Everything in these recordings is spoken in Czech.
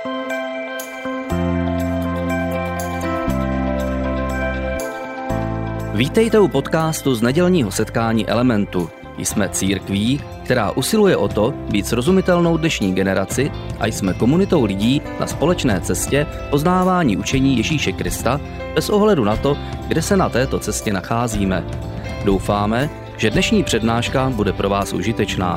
Vítejte u podcastu z nedělního setkání Elementu. Jsme církví, která usiluje o to být srozumitelnou dnešní generaci a jsme komunitou lidí na společné cestě poznávání učení Ježíše Krista bez ohledu na to, kde se na této cestě nacházíme. Doufáme, že dnešní přednáška bude pro vás užitečná.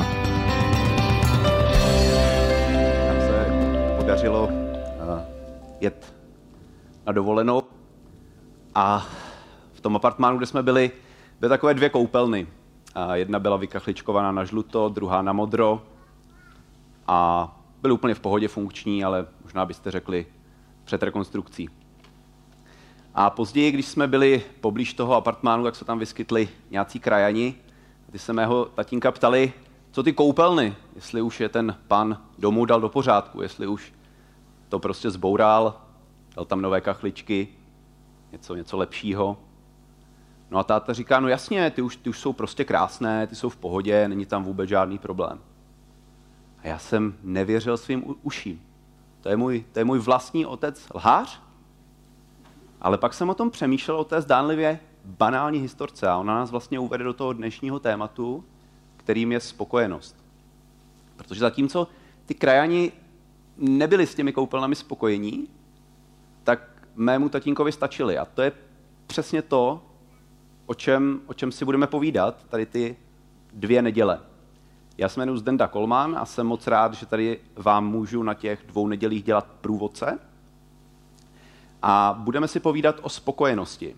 Nám se podařilo jet na dovolenou a v tom apartmánu, kde jsme byli takové dvě koupelny. Jedna byla vykachličkovaná na žluto, druhá na modro a byly úplně v pohodě funkční, ale možná byste řekli před rekonstrukcí. A později, když jsme byli poblíž toho apartmánu, tak se tam vyskytli nějací krajani. Ty se mého tatínka ptali, co ty koupelny, jestli už je ten pan domů dal do pořádku, jestli už to prostě zboural, dal tam nové kachličky, něco lepšího. No a táta říká, no jasně, ty už jsou prostě krásné, ty jsou v pohodě, není tam vůbec žádný problém. A já jsem nevěřil svým uším. To je můj vlastní otec lhář? Ale pak jsem o tom přemýšlel, o té zdánlivě banální historce a ona nás vlastně uvede do toho dnešního tématu, kterým je spokojenost. Protože zatímco ty krajani nebyli s těmi koupelnami spokojení, tak mému tatínkovi stačili. A to je přesně to, o čem si budeme povídat tady ty 2 neděle. Já se jmenuji Zdenda Kolman a jsem moc rád, že tady vám můžu na těch 2 nedělích dělat průvodce. A budeme si povídat o spokojenosti.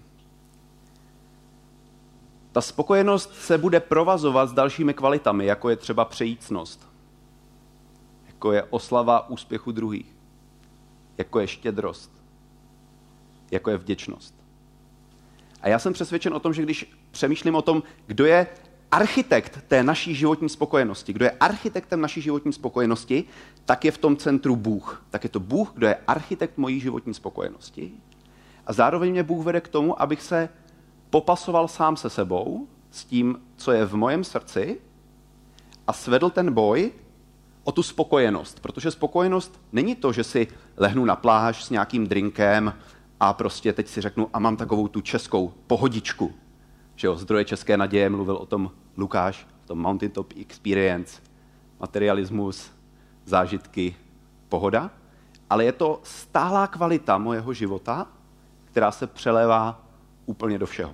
Ta spokojenost se bude provazovat s dalšími kvalitami, jako je třeba přejícnost, jako je oslava úspěchu druhých, jako je štědrost, jako je vděčnost. A já jsem přesvědčen o tom, že když přemýšlím o tom, kdo je architekt té naší životní spokojenosti, kdo je architektem naší životní spokojenosti, tak je v tom centru Bůh. Tak je to Bůh, kdo je architekt mojí životní spokojenosti. A zároveň mě Bůh vede k tomu, abych se popasoval sám se sebou, s tím, co je v mojem srdci, a svedl ten boj o tu spokojenost. Protože spokojenost není to, že si lehnu na pláž s nějakým drinkem a prostě teď si řeknu, a mám takovou tu českou pohodičku. Že jo, Zdroje české naděje, mluvil o tom Lukáš, v tom Mountaintop Experience, materialismus, zážitky, pohoda. Ale je to stálá kvalita mojeho života, která se přelévá úplně do všeho.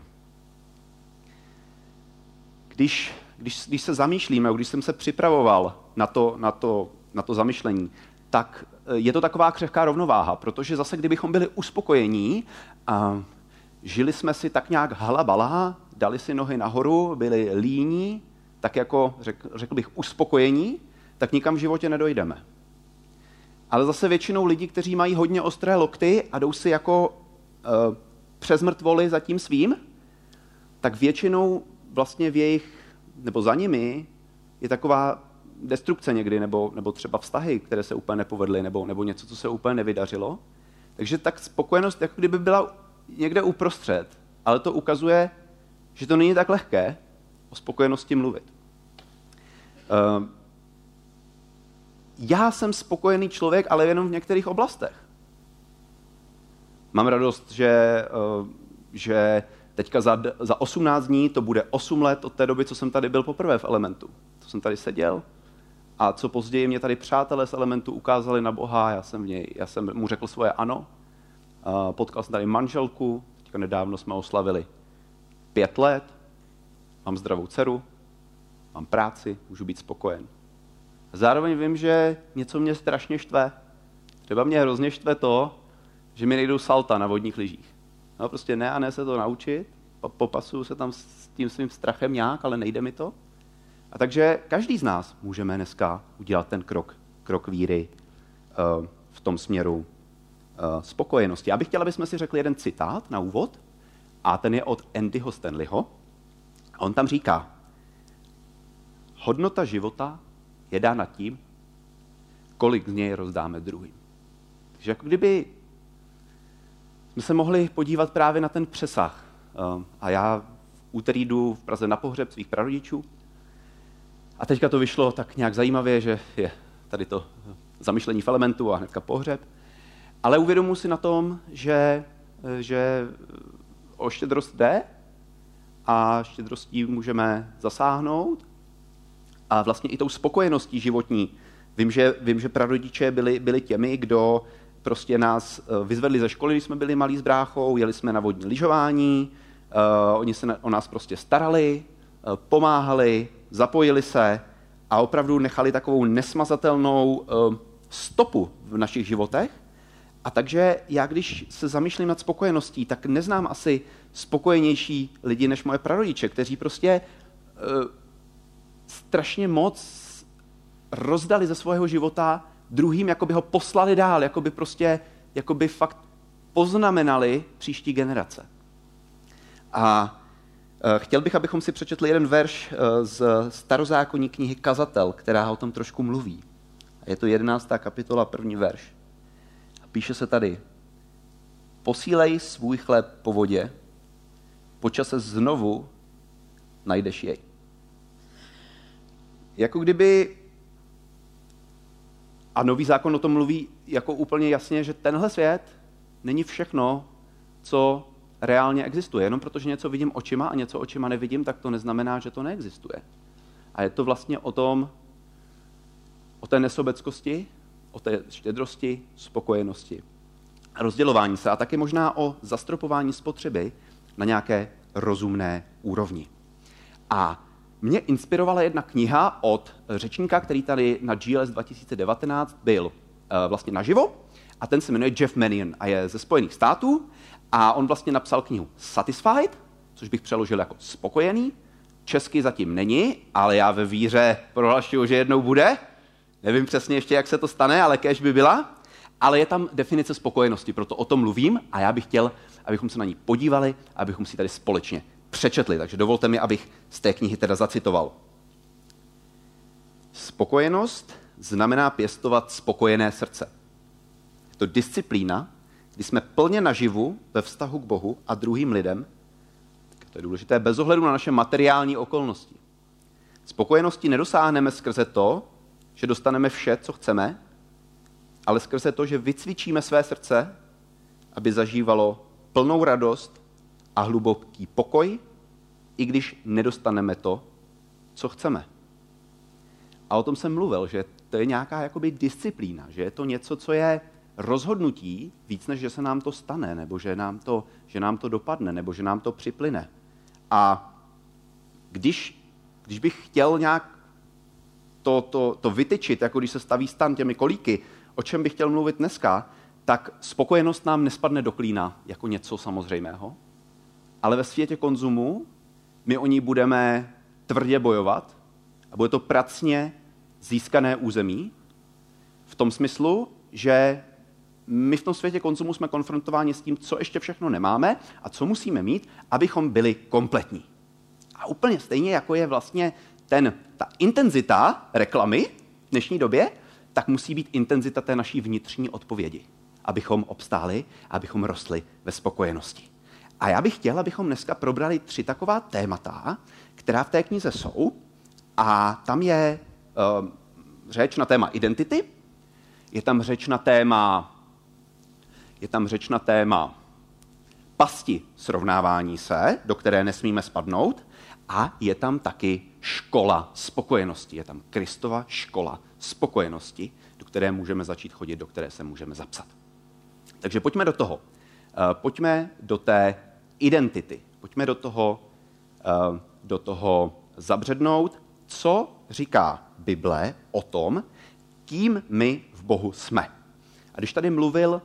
Když se zamýšlíme, když jsem se připravoval na to zamyšlení, tak je to taková křehká rovnováha, protože zase kdybychom byli uspokojení a žili jsme si tak nějak halabala, dali si nohy nahoru, byli líní, tak jako řekl bych uspokojení, tak nikam v životě nedojdeme. Ale zase většinou lidi, kteří mají hodně ostré lokty a jdou si jako přes mrtvoly za tím svým, tak většinou vlastně v jejich, nebo za nimi je taková destrukce někdy, nebo třeba vztahy, které se úplně nepovedly, nebo něco, co se úplně nevydařilo. Takže tak spokojenost jako kdyby byla někde uprostřed, ale to ukazuje, že to není tak lehké o spokojenosti mluvit. Já jsem spokojený člověk, ale jenom v některých oblastech. Mám radost, že teďka za 18 dní to bude 8 let od té doby, co jsem tady byl poprvé v Elementu. Co jsem tady seděl a co později mě tady přátelé z Elementu ukázali na Boha, já jsem mu řekl svoje ano. Potkal jsem tady manželku, teďka nedávno jsme oslavili 5 let, mám zdravou dceru, mám práci, můžu být spokojen. Zároveň vím, že něco mě strašně štve. Třeba mě hrozně štve to, že mi nejdou salta na vodních lyžích. No prostě ne se to naučit, popasuju se tam s tím svým strachem nějak, ale nejde mi to. A takže každý z nás můžeme dneska udělat ten krok víry v tom směru spokojenosti. Já bych chtěl, abychom si řekli jeden citát na úvod, a ten je od Andyho Stanleyho. A on tam říká, hodnota života je dána tím, kolik z něj rozdáme druhým. Takže jako kdyby jsme se mohli podívat právě na ten přesah. A já v úterý jdu v Praze na pohřeb svých prarodičů. A teďka to vyšlo tak nějak zajímavě, že je tady to zamyšlení v elementu a hnedka pohřeb. Ale uvědomuji si na tom, že o štědrost jde a štědrostí můžeme zasáhnout a vlastně i tou spokojeností životní. Vím, že prarodiče byli těmi, kdo prostě nás vyzvedli ze školy, když jsme byli malí s bráchou, jeli jsme na vodní lyžování, oni se o nás prostě starali, pomáhali, zapojili se a opravdu nechali takovou nesmazatelnou stopu v našich životech. A takže já, když se zamýšlím nad spokojeností, tak neznám asi spokojenější lidi než moje prarodiče, kteří prostě strašně moc rozdali ze svého života druhým, jako by ho poslali dál, jako by fakt poznamenali příští generace. A chtěl bych, abychom si přečetli jeden verš z starozákonní knihy Kazatel, která o tom trošku mluví. Je to 11. kapitola, 1. verš. A píše se tady: Posílej svůj chléb po vodě, po čase znovu najdeš jej. Jako kdyby, a Nový zákon o tom mluví jako úplně jasně, že tenhle svět není všechno, co reálně existuje. Jenom protože něco vidím očima a něco očima nevidím, tak to neznamená, že to neexistuje. A je to vlastně o té nesobeckosti, o té štědrosti, spokojenosti a rozdělování se a taky možná o zastropování spotřeby na nějaké rozumné úrovni. A mě inspirovala jedna kniha od řečníka, který tady na GLS 2019 byl vlastně naživo, a ten se jmenuje Jeff Manion a je ze Spojených států a on vlastně napsal knihu Satisfied, což bych přeložil jako spokojený. Česky zatím není, ale já ve víře prohlašuju, že jednou bude. Nevím přesně ještě, jak se to stane, ale kéž by byla. Ale je tam definice spokojenosti, proto o tom mluvím a já bych chtěl, abychom se na ní podívali, abychom si tady společně přečetli. Takže dovolte mi, abych z té knihy teda zacitoval. Spokojenost znamená pěstovat spokojené srdce. Je to disciplína, kdy jsme plně naživu ve vztahu k Bohu a druhým lidem. To je důležité, bez ohledu na naše materiální okolnosti. Spokojenosti nedosáhneme skrze to, že dostaneme vše, co chceme, ale skrze to, že vycvičíme své srdce, aby zažívalo plnou radost a hluboký pokoj, i když nedostaneme to, co chceme. A o tom jsem mluvil, že to je nějaká jakoby disciplína, že je to něco, co je rozhodnutí víc, než že se nám to stane, nebo že nám to dopadne, nebo že nám to připlyne. A když bych chtěl nějak to vytyčit, jako když se staví stan těmi kolíky, o čem bych chtěl mluvit dneska, tak spokojenost nám nespadne do klína jako něco samozřejmého, ale ve světě konzumu my o ní budeme tvrdě bojovat a bude to pracně získané území v tom smyslu, že my v tom světě konzumu jsme konfrontováni s tím, co ještě všechno nemáme a co musíme mít, abychom byli kompletní. A úplně stejně, jako je vlastně ta intenzita reklamy v dnešní době, tak musí být intenzita té naší vnitřní odpovědi, abychom obstáli, abychom rostli ve spokojenosti. A já bych chtěl, abychom dneska probrali 3 taková témata, která v té knize jsou. A tam je řeč na téma identity, je tam řeč na téma pasti srovnávání se, do které nesmíme spadnout, a je tam taky škola spokojenosti. Je tam Kristova škola spokojenosti, do které můžeme začít chodit, do které se můžeme zapsat. Takže pojďme do toho. Pojďme do té identity. Pojďme do toho zabřednout, co říká Bible o tom, kým my v Bohu jsme. A když tady mluvil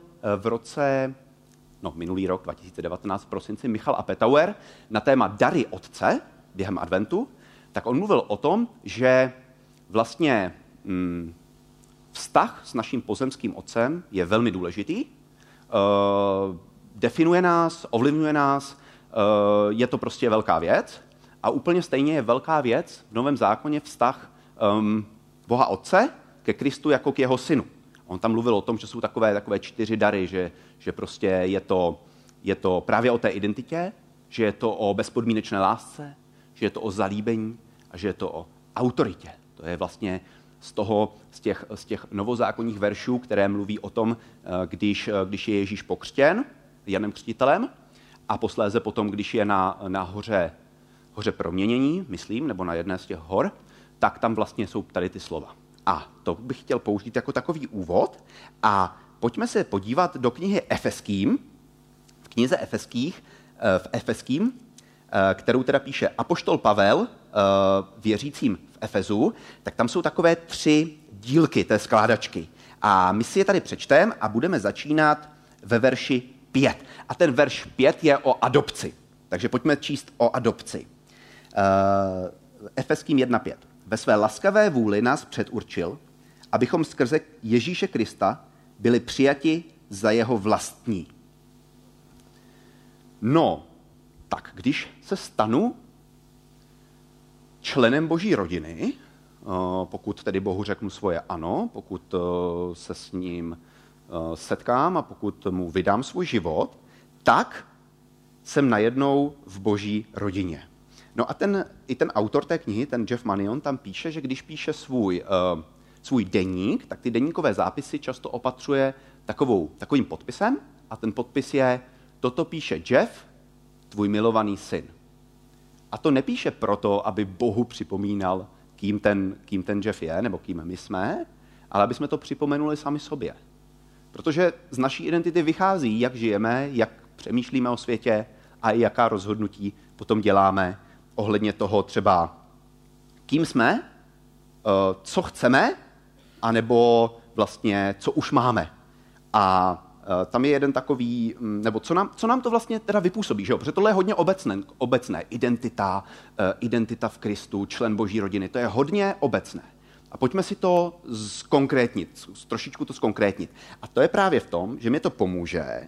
minulý rok 2019 v prosinci Michal Apetauer na téma dary Otce během adventu, tak on mluvil o tom, že vlastně vztah s naším pozemským otcem je velmi důležitý, definuje nás, ovlivňuje nás, je to prostě velká věc a úplně stejně je velká věc v Novém zákoně vztah Boha Otce ke Kristu jako k jeho synu. On tam mluvil o tom, že jsou takové 4 dary, že prostě je to právě o té identitě, že je to o bezpodmínečné lásce, že je to o zalíbení a že je to o autoritě. To je vlastně z těch novozákonních veršů, které mluví o tom, když je Ježíš pokřtěn Janem Křtitelem a posléze potom, když je na hoře proměnění, myslím, nebo na jedné z těch hor, tak tam vlastně jsou tady ty slova. A to bych chtěl použít jako takový úvod a pojďme se podívat do knihy Efeským, v knize Efeským, kterou teda píše apoštol Pavel věřícím v Efezu, tak tam jsou takové 3 dílky té skládačky. A my si je tady přečteme a budeme začínat ve verši 5. A ten verš 5 je o adopci. Takže pojďme číst o adopci. Efeským 1.5. Ve své laskavé vůli nás předurčil, abychom skrze Ježíše Krista byli přijati za jeho vlastní. No, tak když se stanu členem Boží rodiny, pokud tedy Bohu řeknu svoje ano, pokud se s ním setkám a pokud mu vydám svůj život, tak jsem najednou v Boží rodině. No a i ten autor té knihy, ten Jeff Manion, tam píše, že když píše svůj deník, tak ty deníkové zápisy často opatřuje takovým podpisem a ten podpis je: toto píše Jeff, tvůj milovaný syn. A to nepíše proto, aby Bohu připomínal, kým ten Jeff je, nebo kým my jsme, ale aby jsme to připomenuli sami sobě. Protože z naší identity vychází, jak žijeme, jak přemýšlíme o světě a jaká rozhodnutí potom děláme ohledně toho třeba, kým jsme, co chceme, anebo vlastně, co už máme. A tam je jeden takový, nebo co nám to vlastně teda vypůsobí, že jo? Protože tohle je hodně obecné. Identita v Kristu, člen Boží rodiny, to je hodně obecné. A pojďme si to trošičku to zkonkrétnit. A to je právě v tom, že mi to pomůže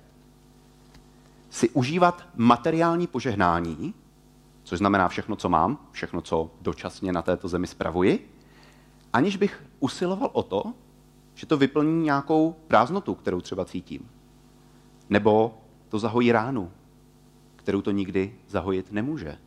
si užívat materiální požehnání, což znamená všechno, co mám, všechno, co dočasně na této zemi spravuji, aniž bych usiloval o to, že to vyplní nějakou prázdnotu, kterou třeba cítím. Nebo to zahojí ránu, kterou to nikdy zahojit nemůže.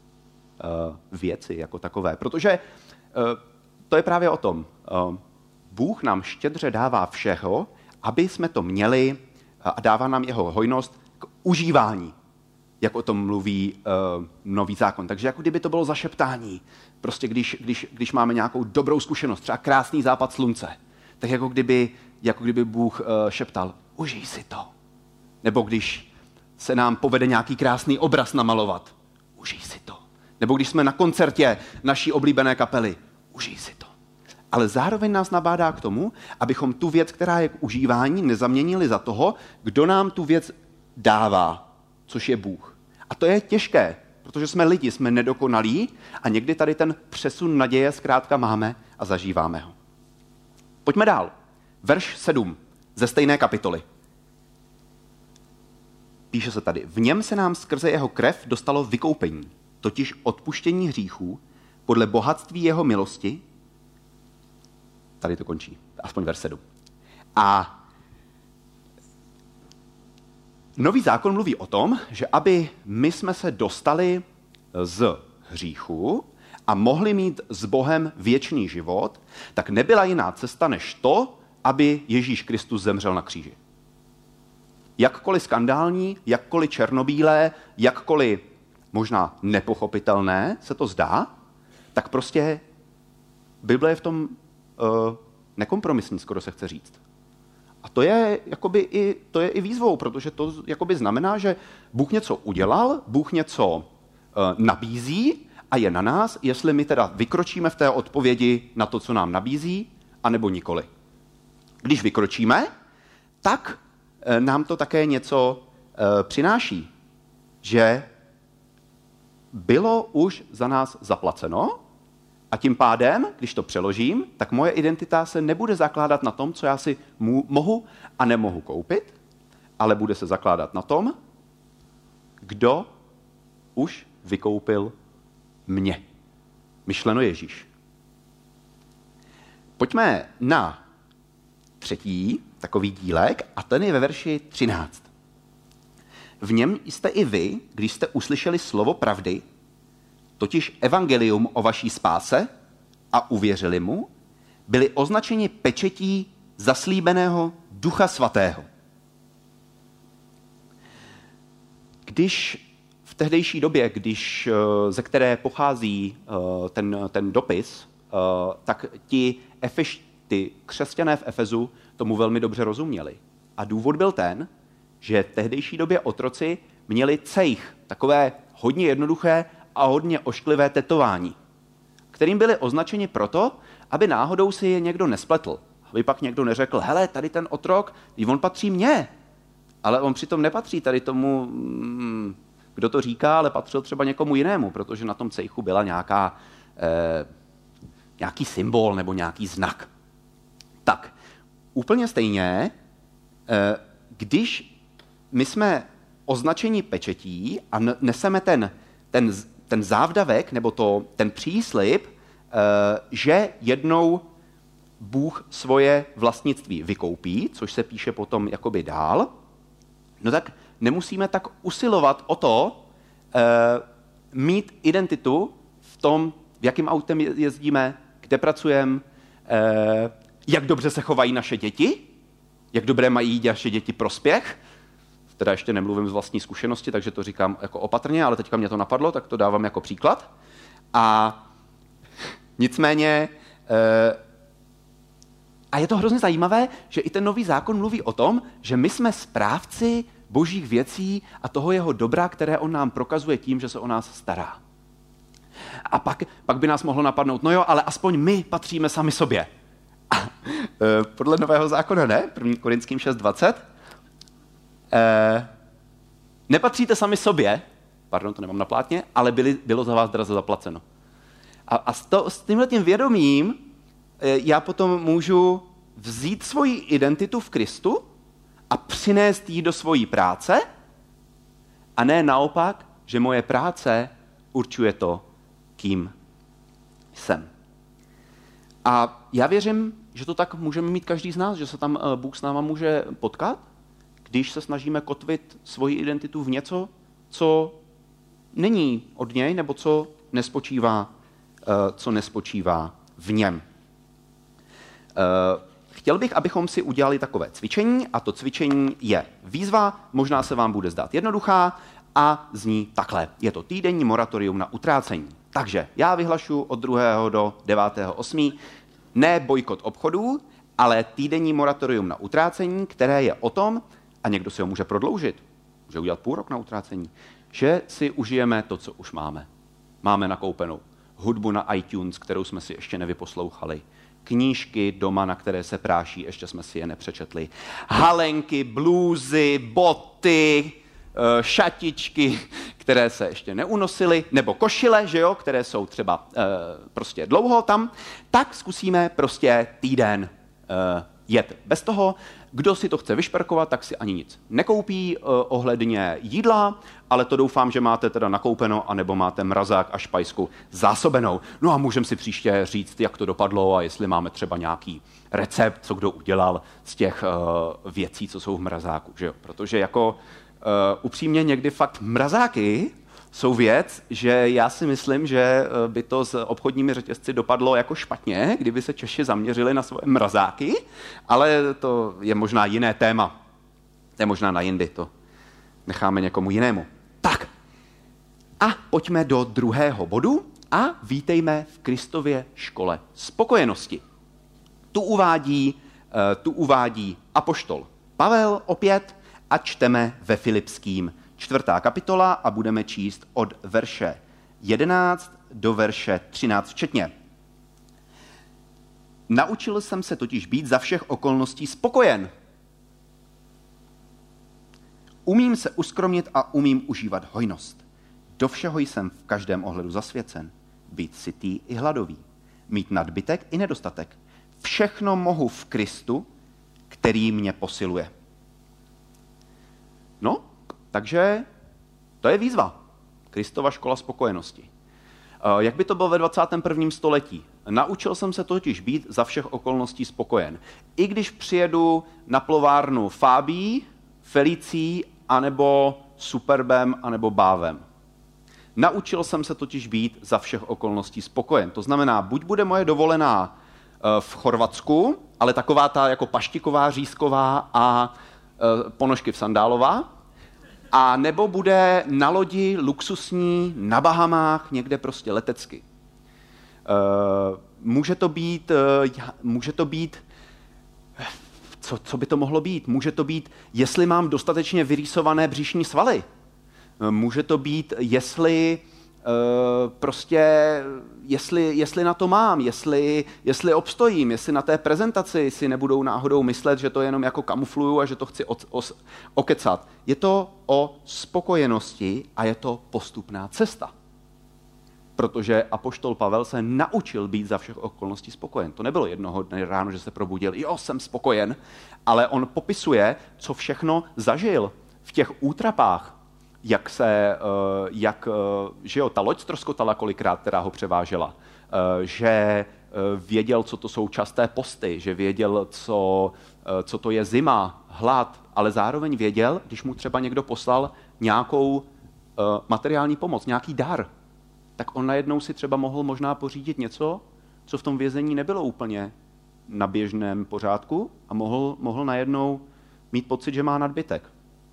Věci jako takové. Protože to je právě o tom. Bůh nám štědře dává všeho, aby jsme to měli a dává nám jeho hojnost k užívání, jak o tom mluví Nový zákon. Takže jako kdyby to bylo zašeptání. Prostě když máme nějakou dobrou zkušenost, třeba krásný západ slunce, tak jako kdyby Bůh šeptal, užij si to. Nebo když se nám povede nějaký krásný obraz namalovat, užij si to. Nebo když jsme na koncertě naší oblíbené kapely, užij si to. Ale zároveň nás nabádá k tomu, abychom tu věc, která je k užívání, nezaměnili za toho, kdo nám tu věc dává, což je Bůh. A to je těžké, protože jsme lidi, jsme nedokonalí a někdy tady ten přesun naděje zkrátka máme a zažíváme ho. Pojďme dál. Verš 7 ze stejné kapitoly. Píše se tady: v něm se nám skrze jeho krev dostalo vykoupení, totiž odpuštění hříchů podle bohatství jeho milosti. Tady to končí, aspoň verš 7. A Nový zákon mluví o tom, že aby my jsme se dostali z hříchu a mohli mít s Bohem věčný život, tak nebyla jiná cesta než to, aby Ježíš Kristus zemřel na kříži. Jakkoliv skandální, jakkoliv černobílé, jakkoliv možná nepochopitelné se to zdá, tak prostě Bible je v tom nekompromisní, skoro se chce říct. A to je i výzvou, protože to jakoby znamená, že Bůh něco udělal, Bůh něco nabízí a je na nás, jestli my teda vykročíme v té odpovědi na to, co nám nabízí, anebo nikoli. Když vykročíme, tak nám to také něco přináší, že bylo už za nás zaplaceno a tím pádem, když to přeložím, tak moje identita se nebude zakládat na tom, co já si mohu a nemohu koupit, ale bude se zakládat na tom, kdo už vykoupil mě. Myšleno Ježíš. Pojďme na 3. takový dílek a ten je ve verši 13. V něm jste i vy, když jste uslyšeli slovo pravdy, totiž evangelium o vaší spáse a uvěřili mu, byli označeni pečetí zaslíbeného Ducha Svatého. Když v tehdejší době, ze které pochází ten dopis, tak ty křesťané v Efezu tomu velmi dobře rozuměli. A důvod byl ten, že v tehdejší době otroci měli cejch, takové hodně jednoduché a hodně ošklivé tetování, kterým byli označeni proto, aby náhodou si je někdo nespletl. Aby pak někdo neřekl, hele, tady ten otrok, on patří mně, ale on přitom nepatří tady tomu, kdo to říká, ale patřil třeba někomu jinému, protože na tom cejchu byla nějaký symbol nebo nějaký znak. Tak, úplně stejně, když my jsme označeni pečetí a neseme ten závdavek nebo ten příslib, že jednou Bůh svoje vlastnictví vykoupí, což se píše potom jakoby dál, no tak nemusíme tak usilovat o to mít identitu v tom, v jakým autem jezdíme, kde pracujeme, jak dobře se chovají naše děti, jak dobré mají naše děti prospěch. Teda ještě nemluvím z vlastní zkušenosti, takže to říkám jako opatrně, ale teďka mě to napadlo, tak to dávám jako příklad. A nicméně, a je to hrozně zajímavé, že i ten nový zákon mluví o tom, že my jsme správci božích věcí a toho jeho dobra, které on nám prokazuje tím, že se o nás stará. A pak by nás mohlo napadnout, no jo, ale aspoň my patříme sami sobě. A podle nového zákona ne, 1. Korinským 6:20, nepatříte sami sobě, pardon, to nemám na plátně, ale bylo za vás draze zaplaceno. A s tímhletím vědomím já potom můžu vzít svoji identitu v Kristu a přinést ji do svojí práce a ne naopak, že moje práce určuje to, kým jsem. A já věřím, že to tak můžeme mít každý z nás, že se tam Bůh s náma může potkat, když se snažíme kotvit svoji identitu v něco, co není od něj, nebo co nespočívá v něm. Chtěl bych, abychom si udělali takové cvičení, a to cvičení je výzva, možná se vám bude zdát jednoduchá, a zní takhle. Je to týdenní moratorium na utrácení. Takže já vyhlašu od 2. do 9.8. ne bojkot obchodů, ale týdenní moratorium na utrácení, které je o tom, a někdo si ho může prodloužit, může udělat půl rok na utrácení, že si užijeme to, co už máme. Máme nakoupenou hudbu na iTunes, kterou jsme si ještě nevyposlouchali, knížky doma, na které se práší, ještě jsme si je nepřečetli, halenky, blůzy, boty, šatičky, které se ještě neunosily, nebo košile, že jo, které jsou třeba prostě dlouho tam, tak zkusíme prostě týden jet bez toho. Kdo si to chce vyšperkovat, tak si ani nic nekoupí ohledně jídla, ale to doufám, že máte teda nakoupeno, anebo máte mrazák a špajsku zásobenou. No a můžeme si příště říct, jak to dopadlo a jestli máme třeba nějaký recept, co kdo udělal z těch věcí, co jsou v mrazáku, že jo? Protože jako upřímně někdy fakt mrazáky jsou věc, že já si myslím, že by to s obchodními řetězci dopadlo jako špatně, kdyby se Češi zaměřili na svoje mrazáky, ale to je možná jiné téma. To je možná na jindy, to necháme někomu jinému. Tak, a pojďme do druhého bodu a vítejme v Kristově škole spokojenosti. Tu uvádí apoštol Pavel opět a čteme ve Filipským 4. kapitola a budeme číst od verše 11 do verše 13 včetně. Naučil jsem se totiž být za všech okolností spokojen. Umím se uskromnit a umím užívat hojnost. Do všeho jsem v každém ohledu zasvěcen. Být sytý i hladový. Mít nadbytek i nedostatek. Všechno mohu v Kristu, který mě posiluje. No, takže to je výzva. Kristova škola spokojenosti. Jak by to bylo ve 21. století? Naučil jsem se totiž být za všech okolností spokojen. I když přijedu na plovárnu Fábí, Felicí, anebo Superbem, anebo Bávem. Naučil jsem se totiž být za všech okolností spokojen. To znamená, buď bude moje dovolená v Chorvatsku, ale taková ta jako paštiková, řízková a ponožky v sandálová. A nebo bude na lodi luxusní, na Bahamách, někde prostě letecky. Může to být, co by to mohlo být? Může to být, jestli mám dostatečně vyrýsované břišní svaly. Může to být, jestli na to mám, jestli obstojím, jestli na té prezentaci si nebudou náhodou myslet, že to jenom jako kamufluju a že to chci okecat. Je to o spokojenosti a je to postupná cesta. Protože apoštol Pavel se naučil být za všech okolností spokojen. To nebylo jednoho dne ráno, že se probudil, jo, jsem spokojen, ale on popisuje, co všechno zažil v těch útrapách, že jo, ta loď ztroskotala kolikrát, která ho převážela, že věděl, co to jsou časté posty, že věděl, co to je zima, hlad, ale zároveň věděl, když mu třeba někdo poslal nějakou materiální pomoc, nějaký dar, tak on najednou si třeba mohl možná pořídit něco, co v tom vězení nebylo úplně na běžném pořádku a mohl najednou mít pocit, že má nadbytek.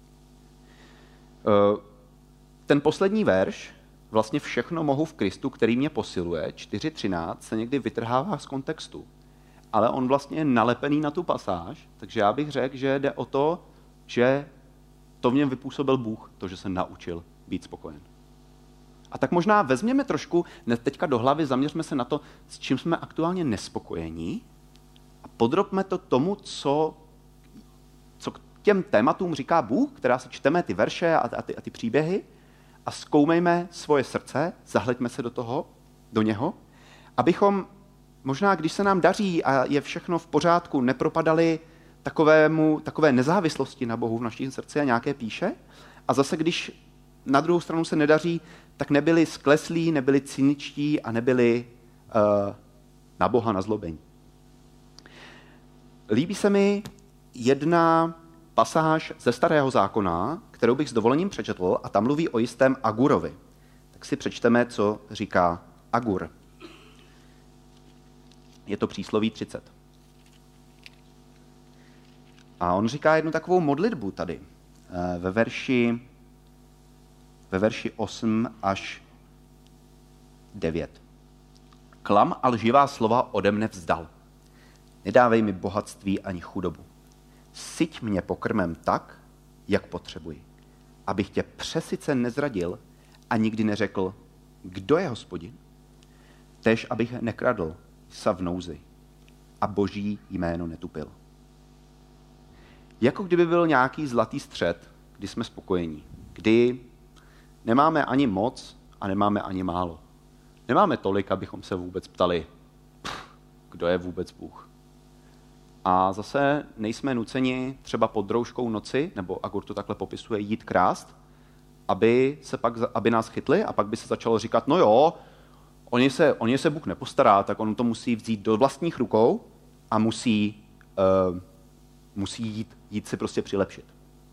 Ten poslední verš, vlastně všechno mohu v Kristu, který mě posiluje, 4.13, se někdy vytrhává z kontextu. Ale on vlastně je nalepený na tu pasáž, takže já bych řekl, že jde o to, že to v něm vypůsobil Bůh, to, že se naučil být spokojen. A tak možná vezměme trošku teďka do hlavy, zaměřme se na to, s čím jsme aktuálně nespokojení a podrobme to tomu, co k těm tématům říká Bůh, která si čteme ty verše a ty příběhy a zkoumejme svoje srdce, zahleďme se do něho, abychom možná, když se nám daří a je všechno v pořádku, nepropadali takové nezávislosti na Bohu v naší srdci a nějaké píše. A zase, když na druhou stranu se nedaří, tak nebyli skleslí, nebyli cyničtí a nebyli na Boha nazlobení. Líbí se mi jedna pasáž ze Starého zákona, kterou bych s dovolením přečetl, a tam mluví o jistém Agurovi. Tak si přečteme, co říká Agur. Je to přísloví 30. A on říká jednu takovou modlitbu tady, ve verši 8 až 9. Klam a lživá slova ode mne vzdal. Nedávej mi bohatství ani chudobu. Syť mě pokrmem tak, jak potřebuji, abych tě přesycen nezradil a nikdy neřekl, kdo je Hospodin. Též abych nekradl sa v nouzi a Boží jméno netupil. Jako kdyby byl nějaký zlatý střed, kdy jsme spokojení, kdy nemáme ani moc a nemáme ani málo. Nemáme tolik, abychom se vůbec ptali, kdo je vůbec Bůh. A zase nejsme nuceni třeba pod rouškou noci, nebo Agur to takhle popisuje, jít krást, aby nás chytli a pak by se začalo říkat, no jo, o ně se Bůh nepostará, tak on to musí vzít do vlastních rukou a musí jít si prostě přilepšit.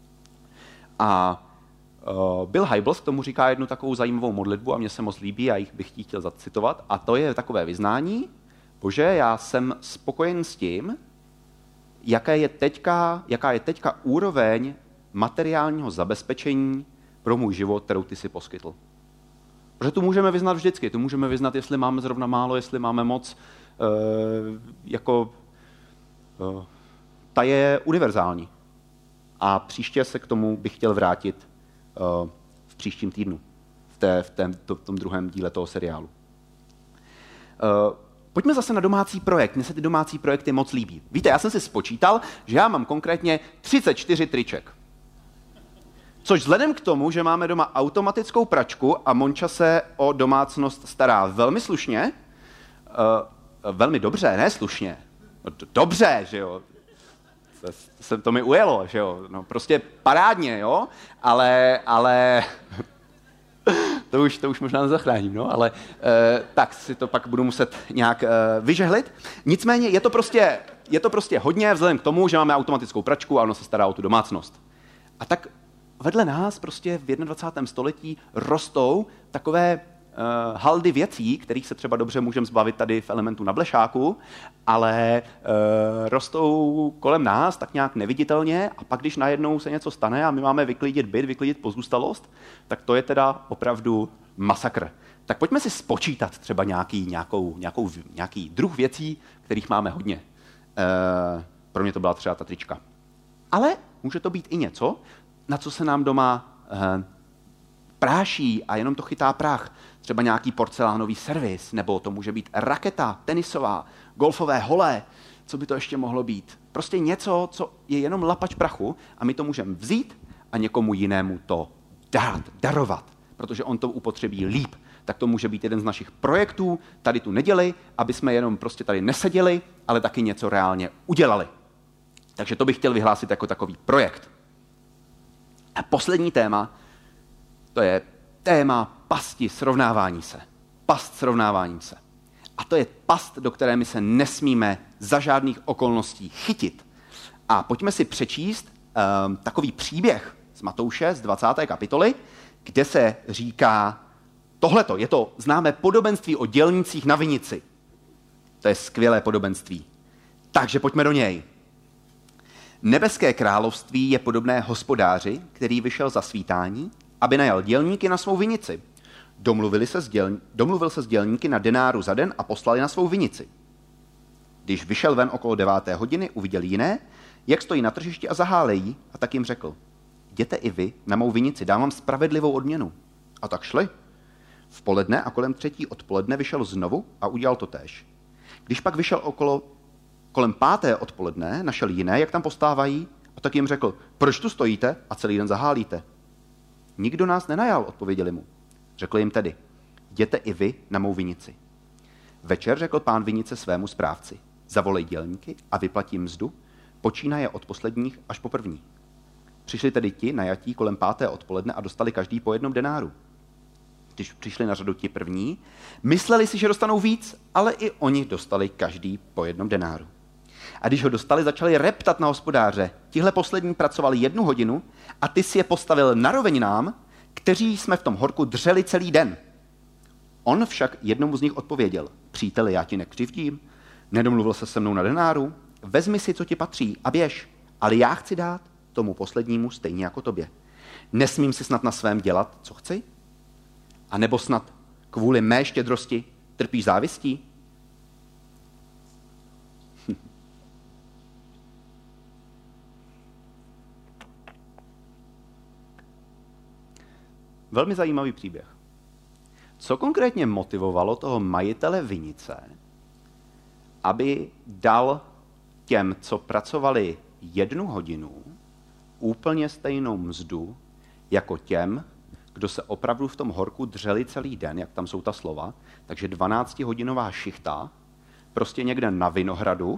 A Bill Hybels k tomu říká jednu takovou zajímavou modlitbu a mně se moc líbí a jich bych chtěl zacitovat. A to je takové vyznání, Bože, já jsem spokojen s tím, jaká je teďka úroveň materiálního zabezpečení pro můj život, kterou ty si poskytl. Protože tu můžeme vyznat vždycky, tu můžeme vyznat, jestli máme zrovna málo, jestli máme moc, ta je univerzální. A příště se k tomu bych chtěl vrátit v příštím týdnu, v tom druhém díle toho seriálu. Pojďme zase na domácí projekt. Mně se ty domácí projekty moc líbí. Víte, já jsem si spočítal, že já mám konkrétně 34 triček. Což vzhledem k tomu, že máme doma automatickou pračku a Monča se o domácnost stará velmi slušně, velmi dobře, ne slušně, dobře, že jo, to mi ujelo, že jo, no prostě parádně, jo, ale to už možná nezachráním, no, ale tak si to pak budu muset nějak vyžehlit. Nicméně je to prostě hodně vzhledem k tomu, že máme automatickou pračku a ono se stará o tu domácnost. A tak vedle nás prostě v 21. století rostou takové haldy věcí, kterých se třeba dobře můžeme zbavit tady v elementu na blešáku, ale rostou kolem nás tak nějak neviditelně a pak, když najednou se něco stane a my máme vyklidit byt, vyklidit pozůstalost, tak to je teda opravdu masakr. Tak pojďme si spočítat třeba nějaký druh věcí, kterých máme hodně. Pro mě to byla třeba ta trička. Ale může to být i něco, na co se nám doma práší a jenom to chytá prach. Třeba nějaký porcelánový servis, nebo to může být raketa, tenisová, golfové hole, co by to ještě mohlo být. Prostě něco, co je jenom lapač prachu a my to můžeme vzít a někomu jinému to darovat, protože on to upotřebí líp. Tak to může být jeden z našich projektů tady tu neděli, aby jsme jenom prostě tady neseděli, ale taky něco reálně udělali. Takže to bych chtěl vyhlásit jako takový projekt. A poslední téma, to je téma pasti srovnávání se. Past srovnávání se. A to je past, do které my se nesmíme za žádných okolností chytit. A pojďme si přečíst takový příběh z Matouše, z 20. kapitoly, kde se říká tohleto. Je to známé podobenství o dělnících na vinici. To je skvělé podobenství. Takže pojďme do něj. Nebeské království je podobné hospodáři, který vyšel za svítání, aby najal dělníky na svou vinici. Domluvil se s dělníky na denáru za den a poslali na svou vinici. Když vyšel ven okolo 9. hodiny, uviděl jiné, jak stojí na tržišti a zahálejí, a tak jim řekl: jděte i vy na mou vinici, dám vám spravedlivou odměnu. A tak šli. V poledne a kolem 3. odpoledne vyšel znovu a udělal to též. Když pak vyšel kolem 5. odpoledne, našel jiné, jak tam postávají, a tak jim řekl: proč tu stojíte a celý den zahálíte? Nikdo nás nenajal, odpověděli mu. Řekl jim tedy: jděte i vy na mou vinici. Večer řekl pán vinice svému správci: zavolej dělníky a vyplatí mzdu, počínaje od posledních až po první. Přišli tedy ti najatí kolem 5. odpoledne a dostali každý po 1 denáru. Když přišli na řadu ti první, mysleli si, že dostanou víc, ale i oni dostali každý po 1 denáru. A když ho dostali, začali reptat na hospodáře: tihle poslední pracovali 1 hodinu a ty si je postavil naroveň nám, kteří jsme v tom horku dřeli celý den. On však jednomu z nich odpověděl: příteli, já ti nekřivdím, nedomluvil se mnou na denáru, vezmi si, co ti patří a běž, ale já chci dát tomu poslednímu stejně jako tobě. Nesmím si snad na svém dělat, co chci? A nebo snad kvůli mé štědrosti trpíš závistí? Velmi zajímavý příběh. Co konkrétně motivovalo toho majitele vinice, aby dal těm, co pracovali 1 hodinu, úplně stejnou mzdu jako těm, kdo se opravdu v tom horku dřeli celý den, jak tam jsou ta slova, takže 12hodinová šichta, prostě někde na Vinohradu,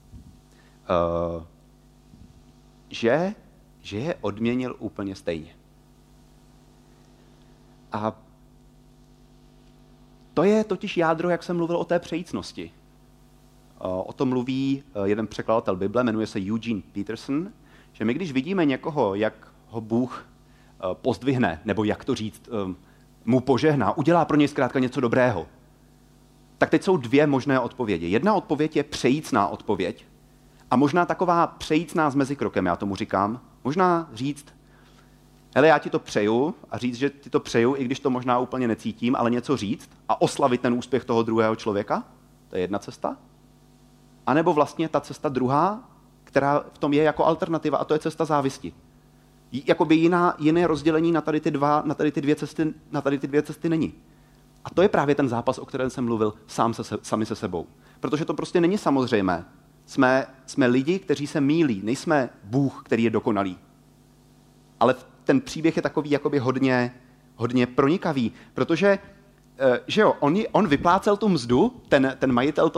že je odměnil úplně stejně. A to je totiž jádro, jak jsem mluvil o té přejícnosti. O tom mluví jeden překladatel Bible, jmenuje se Eugene Peterson, že my, když vidíme někoho, jak ho Bůh pozdvihne, nebo jak to říct, mu požehná, udělá pro něj zkrátka něco dobrého, tak teď jsou 2 možné odpovědi. Jedna odpověď je přejícná odpověď a možná taková přejícná s mezikrokem, já tomu říkám. Možná říct: hele, já ti to přeju, a říct, že ti to přeju, i když to možná úplně necítím, ale něco říct a oslavit ten úspěch toho druhého člověka. To je jedna cesta. A nebo vlastně ta cesta druhá, která v tom je jako alternativa, a to je cesta závisti. Jakoby jiné rozdělení na tady ty dvě cesty není. A to je právě ten zápas, o kterém jsem mluvil sami se sebou. Protože to prostě není samozřejmé. Jsme lidi, kteří se mýlí, nejsme Bůh, který je dokonalý. Ale ten příběh je takový jakoby hodně pronikavý, protože že jo, on vyplácel tu mzdu, ten majitel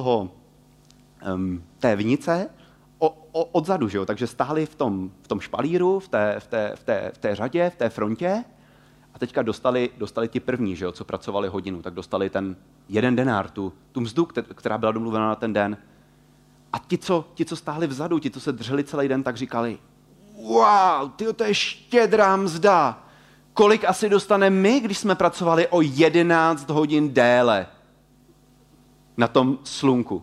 té vinice, odzadu, že jo? Takže stáli v tom špalíru, v té řadě, v té frontě a teďka dostali ti první, že jo? Co pracovali hodinu, tak dostali ten 1 denár, tu mzdu, která byla domluvena na ten den. A ti, co stáli vzadu, ti, co se drželi celý den, tak říkali: wow, tyjo, to je štědrá mzda, Kolik asi dostaneme my, když jsme pracovali o 11 hodin déle na tom slunku?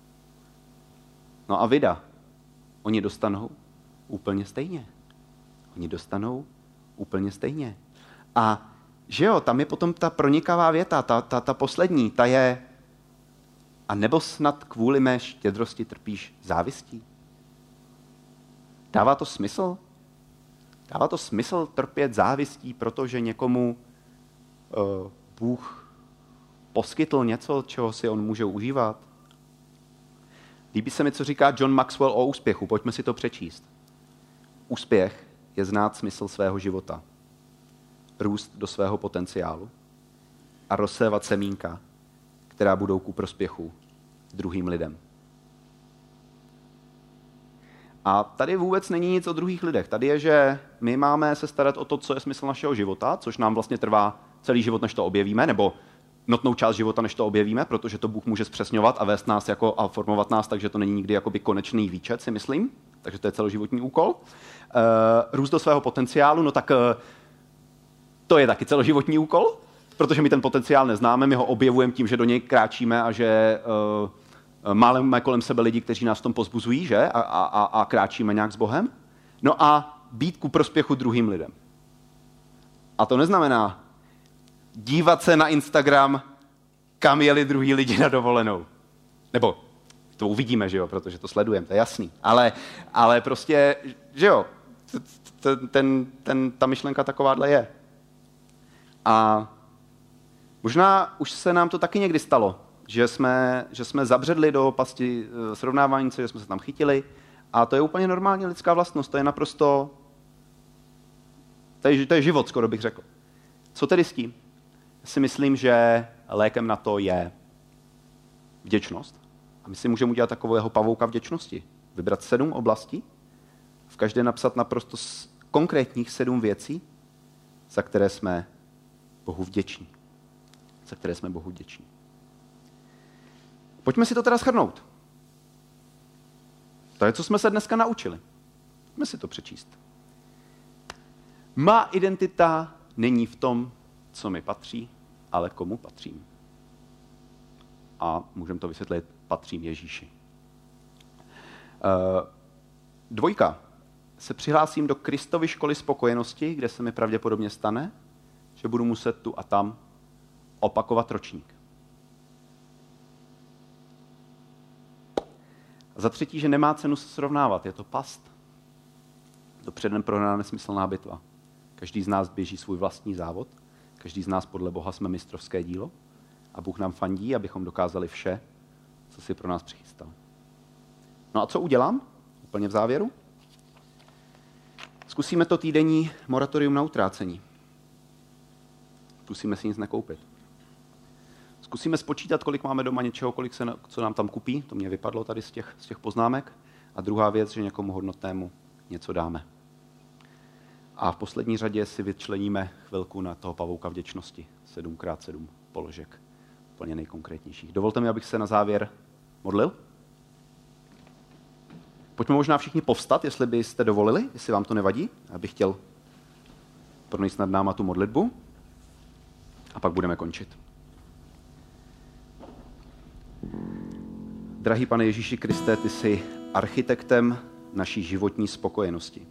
No a vida, oni dostanou úplně stejně. Oni dostanou úplně stejně. A že jo, tam je potom ta pronikavá věta, ta poslední, ta je: a nebo snad kvůli mé štědrosti trpíš závistí? Dává to smysl? Dává to smysl trpět závistí, protože někomu Bůh poskytl něco, čeho si on může užívat? Líbí se mi, co říká John Maxwell o úspěchu. Pojďme si to přečíst. Úspěch je znát smysl svého života, růst do svého potenciálu a rozsévat semínka, která budou ku prospěchu druhým lidem. A tady vůbec není nic o druhých lidech. Tady je, že my máme se starat o to, co je smysl našeho života, což nám vlastně trvá celý život, než to objevíme, nebo notnou část života, než to objevíme, protože to Bůh může zpřesňovat a vést nás a formovat nás, takže to není nikdy jakoby konečný výčet, si myslím. Takže to je celoživotní úkol. Růst do svého potenciálu, no tak to je taky celoživotní úkol, protože my ten potenciál neznáme, my ho objevujeme tím, že do něj kráčíme a že máme kolem sebe lidi, kteří nás v tom pozbuzují, že? A kráčíme nějak s Bohem. No a být ku prospěchu druhým lidem. A to neznamená dívat se na Instagram, kam jeli druhý lidi na dovolenou. Nebo to uvidíme, že jo, protože to sledujeme, to je jasný. Ale prostě, že jo, ta myšlenka takováhle je. A možná už se nám to taky někdy stalo, že jsme zabředli do pasti srovnávání, že jsme se tam chytili. A to je úplně normální lidská vlastnost, to je naprosto, to je život, skoro bych řekl. Co tedy s tím? Já si myslím, že lékem na to je vděčnost. A my si můžeme udělat takového pavouka vděčnosti. Vybrat 7 oblastí, v každé napsat naprosto konkrétních 7 věcí, za které jsme Bohu vděční. Za které jsme Bohu vděční. Pojďme si to teda shrnout. To je, co jsme se dneska naučili. Pojďme si to přečíst. Má identita není v tom, co mi patří, ale komu patřím. A můžeme to vysvětlit, patřím Ježíši. 2. Se přihlásím do Kristovy školy spokojenosti, kde se mi pravděpodobně stane, že budu muset tu a tam opakovat ročník. A za 3, že nemá cenu se srovnávat, je to past. To předem prohraná nesmyslná bitva. Každý z nás běží svůj vlastní závod, každý z nás podle Boha jsme mistrovské dílo a Bůh nám fandí, abychom dokázali vše, co si pro nás přichystal. No a co udělám? Úplně v závěru. Zkusíme to týdenní moratorium na utrácení. Zkusíme si nic nekoupit. Zkusíme spočítat, kolik máme doma něčeho, co nám tam kupí. To mě vypadlo tady z těch poznámek. A druhá věc, že někomu hodnotnému něco dáme. A v poslední řadě si vyčleníme chvilku na toho pavouka vděčnosti. 7x7 položek. Úplně nejkonkrétnějších. Dovolte mi, abych se na závěr modlil. Pojďme možná všichni povstat, jestli byste dovolili, jestli vám to nevadí. Abych chtěl pronést nad náma tu modlitbu. A pak budeme končit. Drahý Pane Ježíši Kriste, ty jsi architektem naší životní spokojenosti.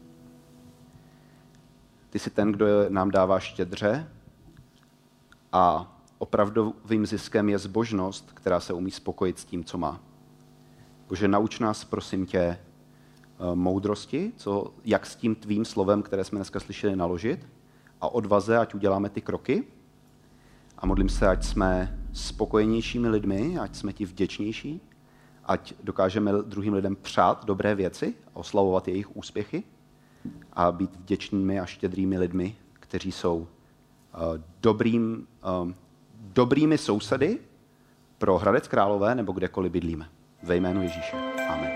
Ty jsi ten, kdo nám dává štědře a opravdovým ziskem je zbožnost, která se umí spokojit s tím, co má. Bože, nauč nás, prosím tě, moudrosti, jak s tím tvým slovem, které jsme dneska slyšeli, naložit a odvaze, ať uděláme ty kroky. A modlím se, ať jsme spokojenějšími lidmi, ať jsme ti vděčnější, ať dokážeme druhým lidem přát dobré věci a oslavovat jejich úspěchy a být vděčnými a štědrými lidmi, kteří jsou dobrými sousedy pro Hradec Králové nebo kdekoliv bydlíme. Ve jménu Ježíše. Amen.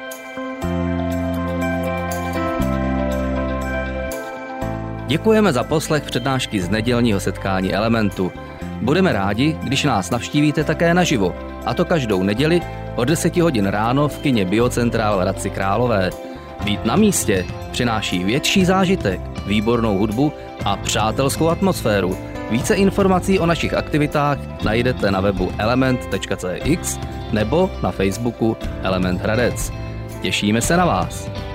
Děkujeme za poslech přednášky z nedělního setkání Elementu. Budeme rádi, když nás navštívíte také naživo, a to každou neděli od 10 hodin ráno v kině Biocentrál v Hradci Králové. Být na místě přináší větší zážitek, výbornou hudbu a přátelskou atmosféru. Více informací o našich aktivitách najdete na webu element.cx nebo na Facebooku Element Hradec. Těšíme se na vás.